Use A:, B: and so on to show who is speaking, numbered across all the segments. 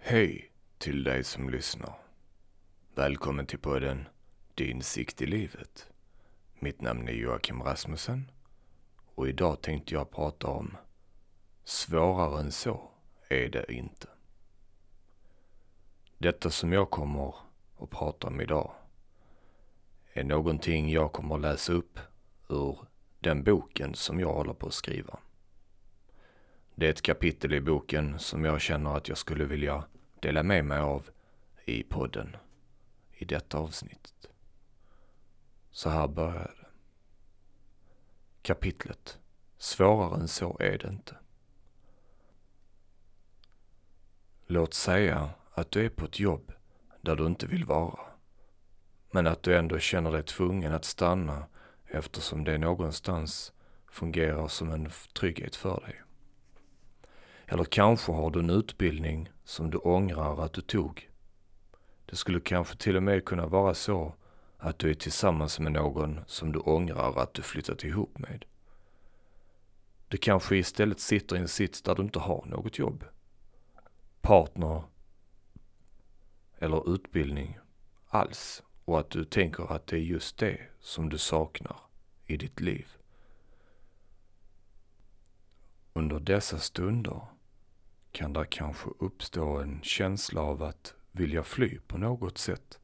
A: Hej till dig som lyssnar. Välkommen till podden Din sikt i livet. Mitt namn är Joakim Rasmussen och idag tänkte jag prata om svårare än så är det inte. Detta som jag kommer att prata om idag är någonting jag kommer att läsa upp ur den boken som jag håller på att skriva. Det är ett kapitel i boken som jag känner att jag skulle vilja dela med mig av i podden i detta avsnitt. Så här börjar det. Kapitlet. Svårare än så är det inte. Låt säga att du är på ett jobb där du inte vill vara, men att du ändå känner dig tvungen att stanna eftersom det någonstans fungerar som en trygghet för dig. Eller kanske har du en utbildning som du ångrar att du tog. Det skulle kanske till och med kunna vara så att du är tillsammans med någon som du ångrar att du flyttat ihop med. Du kanske istället sitter i en sits där du inte har något jobb, partner eller utbildning alls, och att du tänker att det är just det som du saknar i ditt liv. Under dessa stunder kan det kanske uppstå en känsla av att vilja fly på något sätt.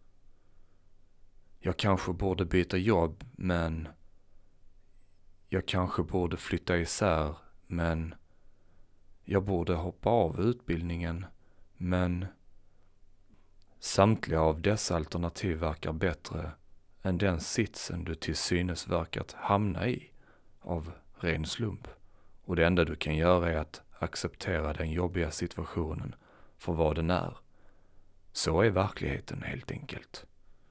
A: Jag kanske borde byta jobb, men jag kanske borde flytta isär, men jag borde hoppa av utbildningen, men samtliga av dessa alternativ verkar bättre än den sitsen du till synes verkat hamna i av ren slump. Och det enda du kan göra är att acceptera den jobbiga situationen för vad den är. Så är verkligheten helt enkelt.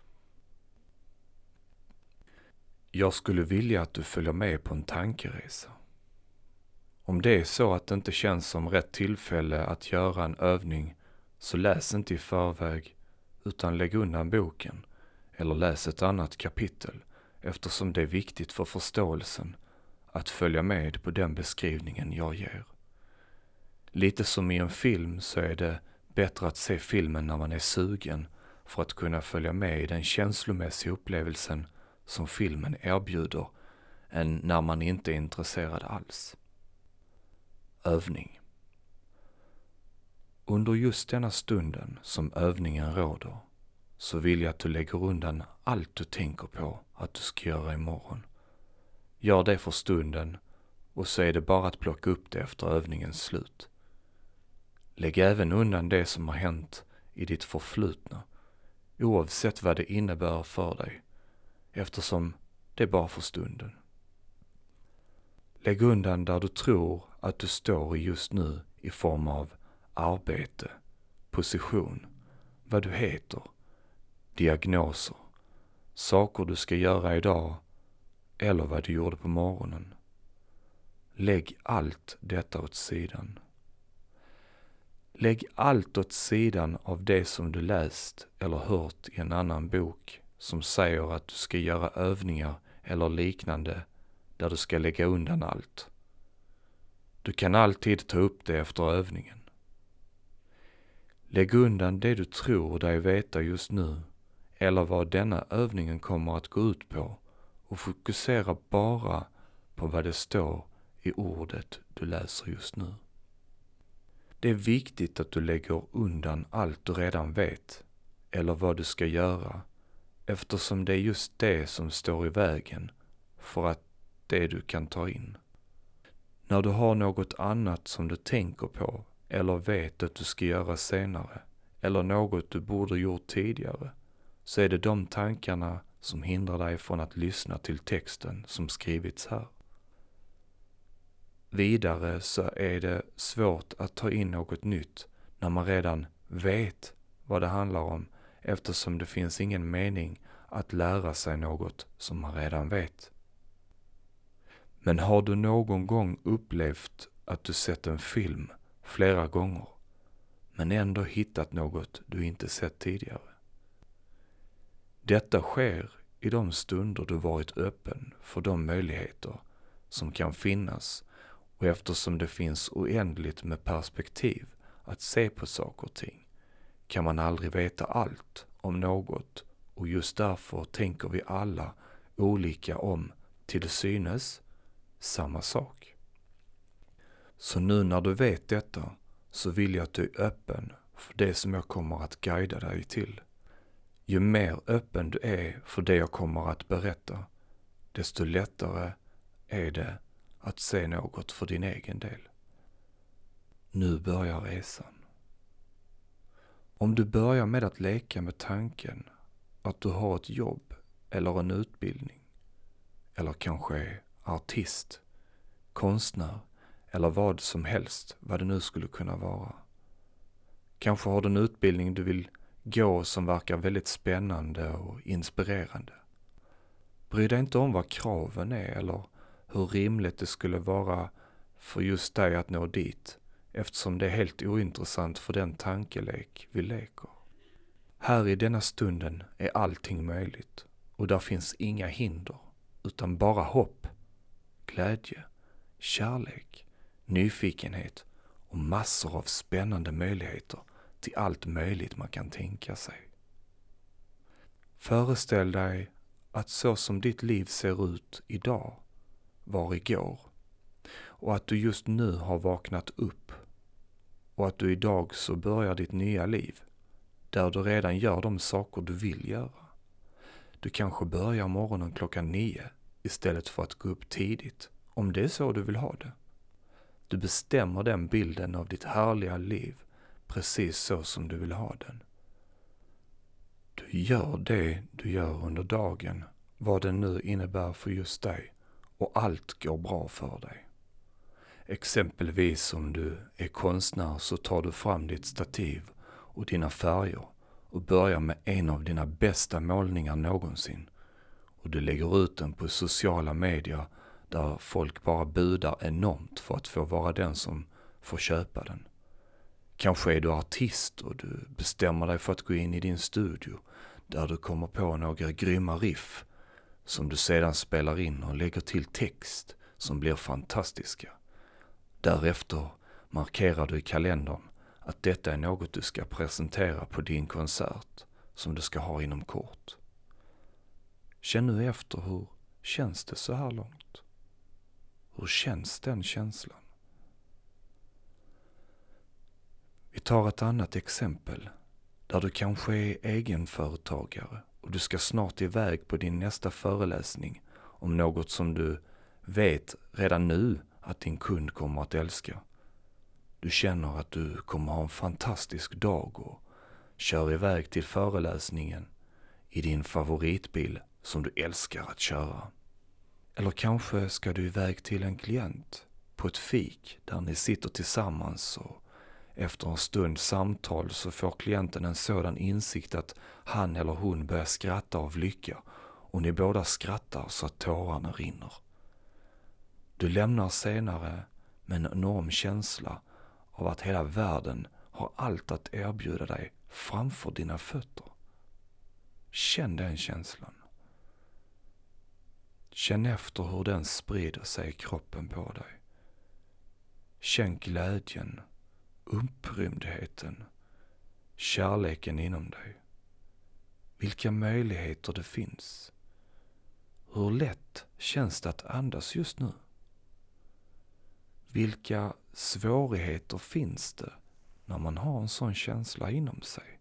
A: Jag skulle vilja att du följer med på en tankeresa. Om det är så att det inte känns som rätt tillfälle att göra en övning, så läs inte i förväg utan lägg undan boken eller läs ett annat kapitel, eftersom det är viktigt för förståelsen att följa med på den beskrivningen jag ger. Lite som i en film så är det bättre att se filmen när man är sugen för att kunna följa med i den känslomässiga upplevelsen som filmen erbjuder än när man inte är intresserad alls. Övning. Under just denna stunden som övningen råder så vill jag att du lägger undan allt du tänker på att du ska göra imorgon. Gör det för stunden och så är det bara att plocka upp det efter övningens slut. Lägg även undan det som har hänt i ditt förflutna, oavsett vad det innebär för dig, eftersom det är bara för stunden. Lägg undan där du tror att du står i just nu i form av arbete, position, vad du heter, diagnoser, saker du ska göra idag eller vad du gjorde på morgonen. Lägg allt detta åt sidan. Lägg allt åt sidan av det som du läst eller hört i en annan bok som säger att du ska göra övningar eller liknande där du ska lägga undan allt. Du kan alltid ta upp det efter övningen. Lägg undan det du tror dig veta just nu eller vad denna övningen kommer att gå ut på och fokusera bara på vad det står i ordet du läser just nu. Det är viktigt att du lägger undan allt du redan vet eller vad du ska göra, eftersom det är just det som står i vägen för att det du kan ta in. När du har något annat som du tänker på eller vet att du ska göra senare eller något du borde gjort tidigare, så är det de tankarna som hindrar dig från att lyssna till texten som skrivits här. Vidare så är det svårt att ta in något nytt när man redan vet vad det handlar om, eftersom det finns ingen mening att lära sig något som man redan vet. Men har du någon gång upplevt att du sett en film flera gånger men ändå hittat något du inte sett tidigare? Detta sker i de stunder du varit öppen för de möjligheter som kan finnas, och eftersom det finns oändligt med perspektiv att se på saker och ting kan man aldrig veta allt om något, och just därför tänker vi alla olika om till synes samma sak. Så nu när du vet detta så vill jag att du är öppen för det som jag kommer att guida dig till. Ju mer öppen du är för det jag kommer att berätta, desto lättare är det att se något för din egen del. Nu börjar resan. Om du börjar med att leka med tanken att du har ett jobb eller en utbildning, eller kanske är artist, konstnär eller vad som helst, vad det nu skulle kunna vara. Kanske har du en utbildning du vill gå som verkar väldigt spännande och inspirerande. Bry dig inte om vad kraven är eller hur rimligt det skulle vara för just dig att nå dit, eftersom det är helt ointressant för den tankelek vi leker. Här i denna stunden är allting möjligt och där finns inga hinder, utan bara hopp, glädje, kärlek, nyfikenhet och massor av spännande möjligheter till allt möjligt man kan tänka sig. Föreställ dig att så som ditt liv ser ut idag var igår, och att du just nu har vaknat upp och att du idag så börjar ditt nya liv där du redan gör de saker du vill göra. Du kanske börjar morgonen 9 istället för att gå upp tidigt, om det är så du vill ha det. Du bestämmer den bilden av ditt härliga liv precis så som du vill ha den. Du gör det du gör under dagen, vad det nu innebär för just dig, och allt går bra för dig. Exempelvis om du är konstnär så tar du fram ditt stativ och dina färger och börjar med en av dina bästa målningar någonsin. Och du lägger ut den på sociala medier där folk bara budar enormt för att få vara den som får köpa den. Kanske är du artist och du bestämmer dig för att gå in i din studio där du kommer på några grymma riff som du sedan spelar in och lägger till text som blir fantastiska. Därefter markerar du i kalendern att detta är något du ska presentera på din konsert som du ska ha inom kort. Känn nu efter, hur känns det så här långt? Hur känns den känslan? Vi tar ett annat exempel där du kanske är egenföretagare och du ska snart iväg på din nästa föreläsning om något som du vet redan nu att din kund kommer att älska. Du känner att du kommer ha en fantastisk dag och kör iväg till föreläsningen i din favoritbil som du älskar att köra. Eller kanske ska du iväg till en klient på ett fik där ni sitter tillsammans, och efter en stund samtal så får klienten en sådan insikt att han eller hon börjar skratta av lycka och ni båda skrattar så att tårarna rinner. Du lämnar senare med en enorm känsla av att hela världen har allt att erbjuda dig framför dina fötter. Känn den känslan. Känn efter hur den sprider sig i kroppen på dig. Känn glädjen, upprymdheten, kärleken inom dig. Vilka möjligheter det finns. Hur lätt känns det att andas just nu? Vilka svårigheter finns det när man har en sån känsla inom sig?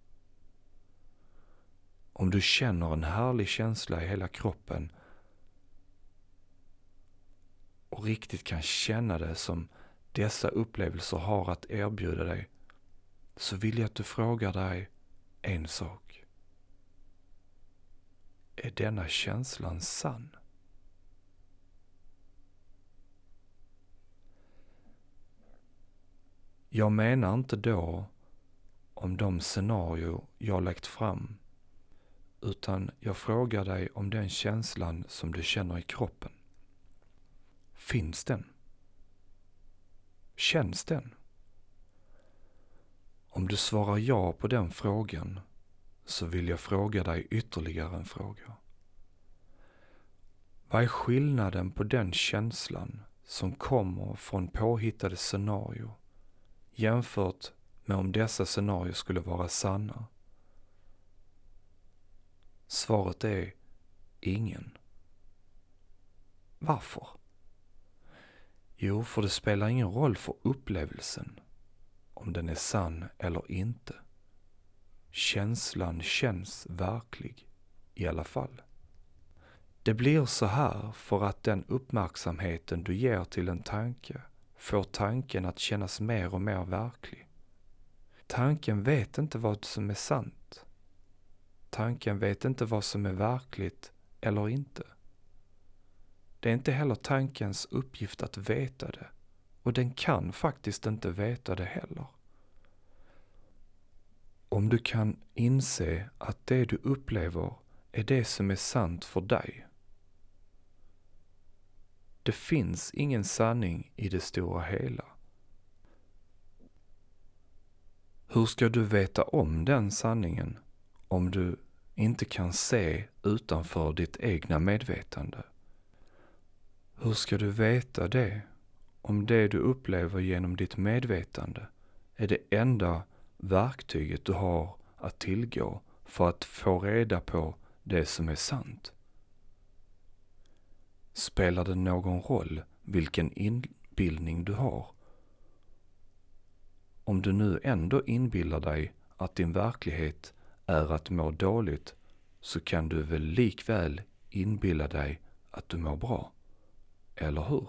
A: Om du känner en härlig känsla i hela kroppen och riktigt kan känna det som dessa upplevelser har att erbjuda dig, så vill jag att du frågar dig en sak. Är denna känslan sann? Jag menar inte då om de scenarier jag lagt fram, utan jag frågar dig om den känslan som du känner i kroppen. Finns den? Känns den? Om du svarar ja på den frågan så vill jag fråga dig ytterligare en fråga. Vad är skillnaden på den känslan som kommer från påhittade scenarier jämfört med om dessa scenarier skulle vara sanna? Svaret är ingen. Varför? Jo, för det spelar ingen roll för upplevelsen om den är sann eller inte. Känslan känns verklig i alla fall. Det blir så här för att den uppmärksamheten du ger till en tanke får tanken att kännas mer och mer verklig. Tanken vet inte vad som är sant. Tanken vet inte vad som är verkligt eller inte. Det är inte heller tankens uppgift att veta det, och den kan faktiskt inte veta det heller. Om du kan inse att det du upplever är det som är sant för dig. Det finns ingen sanning i det stora hela. Hur ska du veta om den sanningen om du inte kan se utanför ditt egna medvetande? Hur ska du veta det om det du upplever genom ditt medvetande är det enda verktyget du har att tillgå för att få reda på det som är sant? Spelar det någon roll vilken inbildning du har? Om du nu ändå inbillar dig att din verklighet är att må dåligt, så kan du väl likväl inbilla dig att du mår bra, eller hur?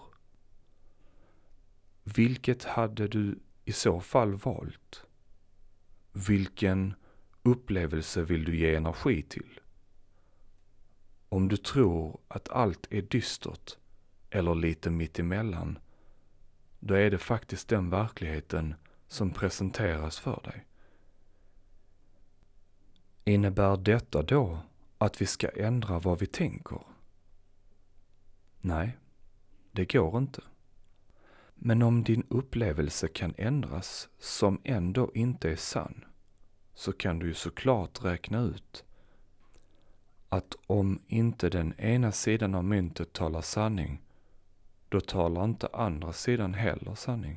A: Vilket hade du i så fall valt? Vilken upplevelse vill du ge energi till? Om du tror att allt är dystert eller lite mittemellan, då är det faktiskt den verkligheten som presenteras för dig. Innebär detta då att vi ska ändra vad vi tänker? Nej, det går inte. Men om din upplevelse kan ändras som ändå inte är sann, så kan du ju såklart räkna ut att om inte den ena sidan av myntet talar sanning, då talar inte andra sidan heller sanning.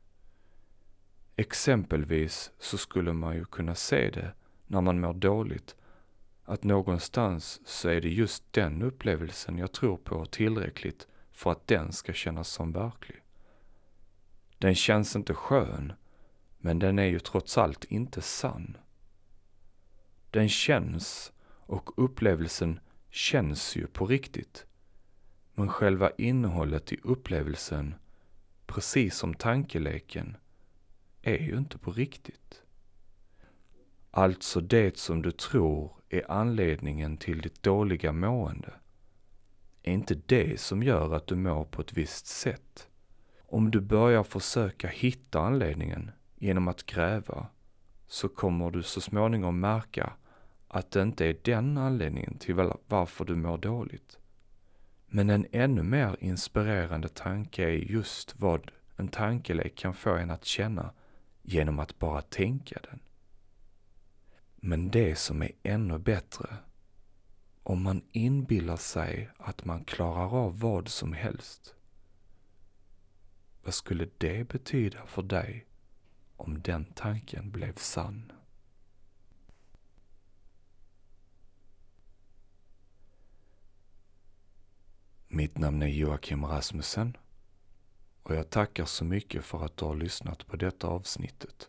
A: Exempelvis så skulle man ju kunna se det när man mår dåligt, att någonstans så är det just den upplevelsen jag tror på tillräckligt för att den ska kännas som verklig. Den känns inte skön, men den är ju trots allt inte sann. Den känns, och upplevelsen känns ju på riktigt. Men själva innehållet i upplevelsen, precis som tankeleken, är ju inte på riktigt. Alltså det som du tror är anledningen till ditt dåliga mående är inte det som gör att du mår på ett visst sätt. Om du börjar försöka hitta anledningen genom att gräva, så kommer du så småningom märka att det inte är den anledningen till varför du mår dåligt. Men en ännu mer inspirerande tanke är just vad en tankelek kan få en att känna genom att bara tänka den. Men det som är ännu bättre, om man inbillar sig att man klarar av vad som helst, vad skulle det betyda för dig om den tanken blev sann? Mitt namn är Joakim Rasmussen, och jag tackar så mycket för att du har lyssnat på detta avsnittet.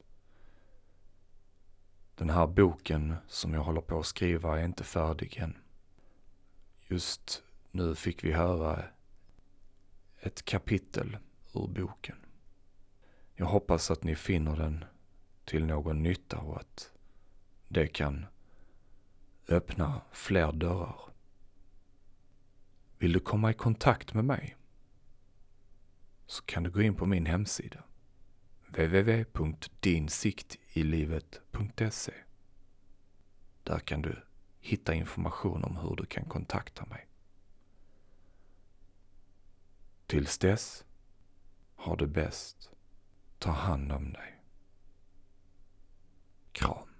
A: Den här boken som jag håller på att skriva är inte färdig än. Just nu fick vi höra ett kapitel ur boken. Jag hoppas att ni finner den till någon nytta och att det kan öppna fler dörrar. Vill du komma i kontakt med mig, så kan du gå in på min hemsida www.dinsiktilivet.se. Där kan du hitta information om hur du kan kontakta mig. Tills dess, ha det bäst. Ta hand om dig. Kram.